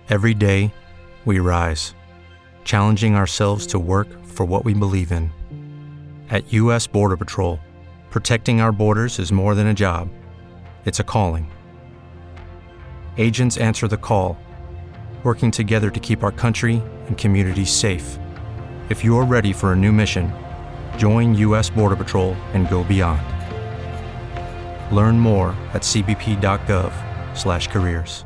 Every day, we rise, challenging ourselves to work for what we believe in. At U.S. Border Patrol, protecting our borders is more than a job. It's a calling. Agents answer the call, working together to keep our country and communities safe. If you're ready for a new mission, join U.S. Border Patrol and go beyond. Learn more at cbp.gov/careers.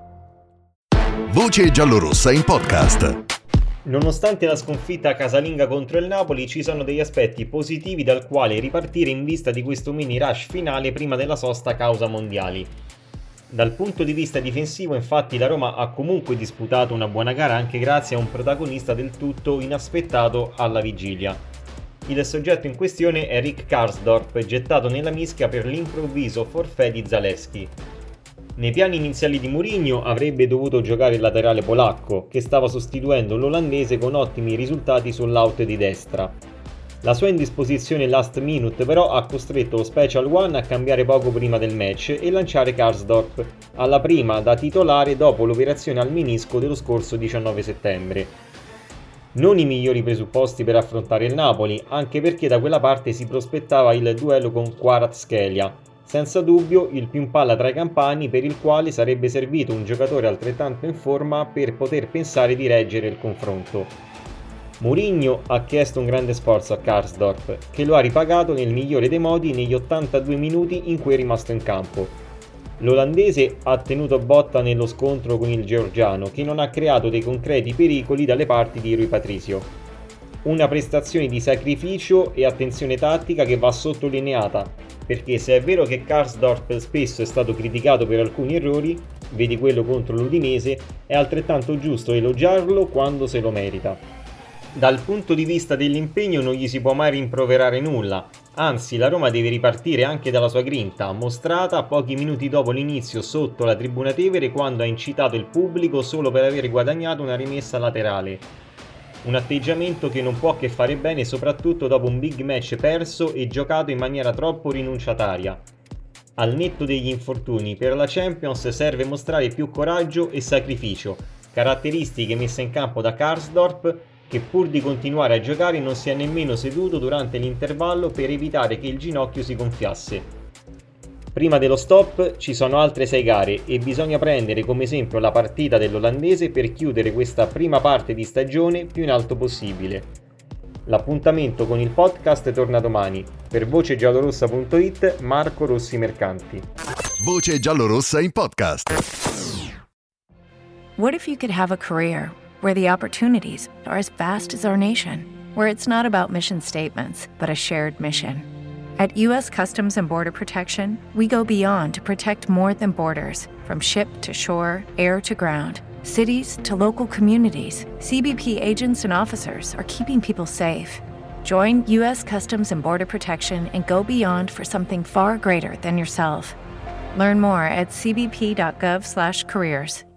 Voce giallorossa in podcast. Nonostante la sconfitta casalinga contro il Napoli, ci sono degli aspetti positivi dal quale ripartire in vista di questo mini rush finale prima della sosta causa mondiali. Dal punto di vista difensivo, infatti, la Roma ha comunque disputato una buona gara anche grazie a un protagonista del tutto inaspettato alla vigilia. Il soggetto in questione è Rick Karsdorp, gettato nella mischia per l'improvviso forfait di Zalewski. Nei piani iniziali di Mourinho avrebbe dovuto giocare il laterale polacco, che stava sostituendo l'olandese con ottimi risultati sull'out di destra. La sua indisposizione last minute però ha costretto lo Special One a cambiare poco prima del match e lanciare Karsdorp alla prima da titolare dopo l'operazione al menisco dello scorso 19 settembre. Non i migliori presupposti per affrontare il Napoli, anche perché da quella parte si prospettava il duello con Kvaratskhelia, senza dubbio il più in palla tra i campani, per il quale sarebbe servito un giocatore altrettanto in forma per poter pensare di reggere il confronto. Mourinho ha chiesto un grande sforzo a Karsdorp, che lo ha ripagato nel migliore dei modi negli 82 minuti in cui è rimasto in campo. L'olandese ha tenuto botta nello scontro con il georgiano, che non ha creato dei concreti pericoli dalle parti di Rui Patricio. Una prestazione di sacrificio e attenzione tattica che va sottolineata, perché se è vero che Karsdorp spesso è stato criticato per alcuni errori, vedi quello contro l'Udinese, è altrettanto giusto elogiarlo quando se lo merita. Dal punto di vista dell'impegno non gli si può mai rimproverare nulla, anzi la Roma deve ripartire anche dalla sua grinta, mostrata pochi minuti dopo l'inizio sotto la tribuna Tevere, quando ha incitato il pubblico solo per aver guadagnato una rimessa laterale. Un atteggiamento che non può che fare bene soprattutto dopo un big match perso e giocato in maniera troppo rinunciataria. Al netto degli infortuni, per la Champions serve mostrare più coraggio e sacrificio, caratteristiche messe in campo da Karsdorp, che pur di continuare a giocare non si è nemmeno seduto durante l'intervallo per evitare che il ginocchio si gonfiasse. Prima dello stop ci sono altre 6 gare e bisogna prendere come esempio la partita dell'olandese per chiudere questa prima parte di stagione più in alto possibile. L'appuntamento con il podcast torna domani. Per vocegiallorossa.it, Marco Rossi Mercanti. Voce giallorossa in podcast. What if you could have a career where the opportunities are as vast as our nation, where it's not about mission statements, but a shared mission? At U.S. Customs and Border Protection, we go beyond to protect more than borders. From ship to shore, air to ground, cities to local communities, CBP agents and officers are keeping people safe. Join U.S. Customs and Border Protection and go beyond for something far greater than yourself. Learn more at cbp.gov/careers.